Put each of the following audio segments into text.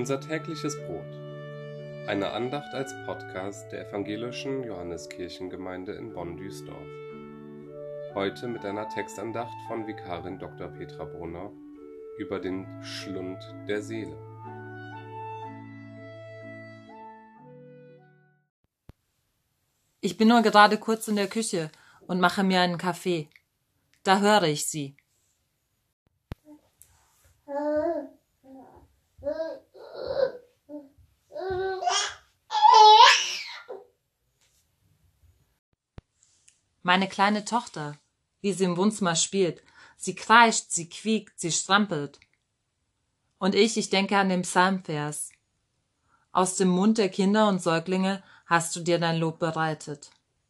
Unser tägliches Brot. Eine Andacht als Podcast der Evangelischen Johanneskirchengemeinde in Bonn-Duisdorf. Heute mit einer Textandacht von Vikarin Dr. Petra Brunner über den Schlund der Seele. Ich bin nur gerade kurz in der Küche und mache mir einen Kaffee. Da höre ich sie. Meine kleine Tochter, wie sie im Wohnzimmer spielt. Sie kreischt, sie quiekt, sie strampelt. Und ich denke an den Psalmvers. Aus dem Mund der Kinder und Säuglinge hast du dir dein Lob bereitet.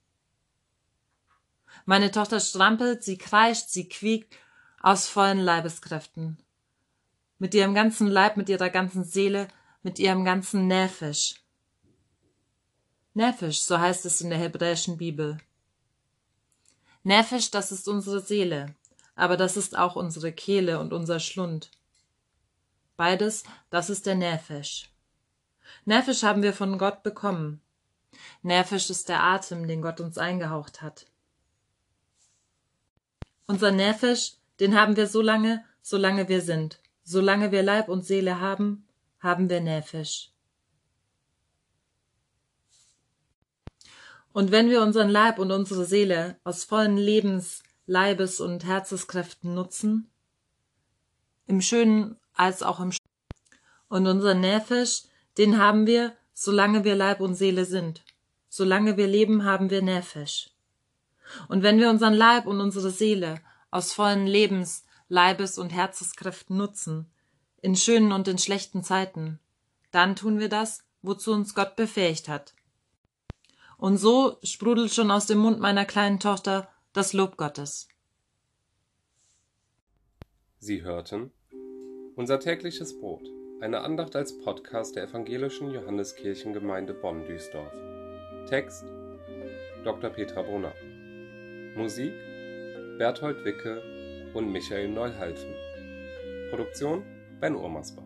Meine Tochter strampelt, sie kreischt, sie quiekt aus vollen Leibeskräften. Mit ihrem ganzen Leib, mit ihrer ganzen Seele, mit ihrem ganzen Nephesh. Nephesh, so heißt es in der hebräischen Bibel. Nephesh, das ist unsere Seele, aber das ist auch unsere Kehle und unser Schlund. Beides, das ist der Nephesh. Nephesh haben wir von Gott bekommen. Nephesh ist der Atem, den Gott uns eingehaucht hat. Unser Nephesh, den haben wir solange wir sind. Solange wir Leib und Seele haben, haben wir Nephesh. Und wenn wir unseren Leib und unsere Seele aus vollen Leibes- und Herzeskräften nutzen, im Schönen als auch im Schlechten, und unser Nephesh, den haben wir, solange wir Leib und Seele sind. Solange wir leben, haben wir Nephesh. Und wenn wir unseren Leib und unsere Seele aus vollen Leibes- und Herzeskräften nutzen, in schönen und in schlechten Zeiten, dann tun wir das, wozu uns Gott befähigt hat. Und so sprudelt schon aus dem Mund meiner kleinen Tochter das Lob Gottes. Sie hörten Unser tägliches Brot, eine Andacht als Podcast der Evangelischen Johanneskirchengemeinde Bonn-Duisdorf. Text Dr. Petra Brunner. Musik Berthold Wicke und Michael Neuhalfen. Produktion Ben Urmersbach.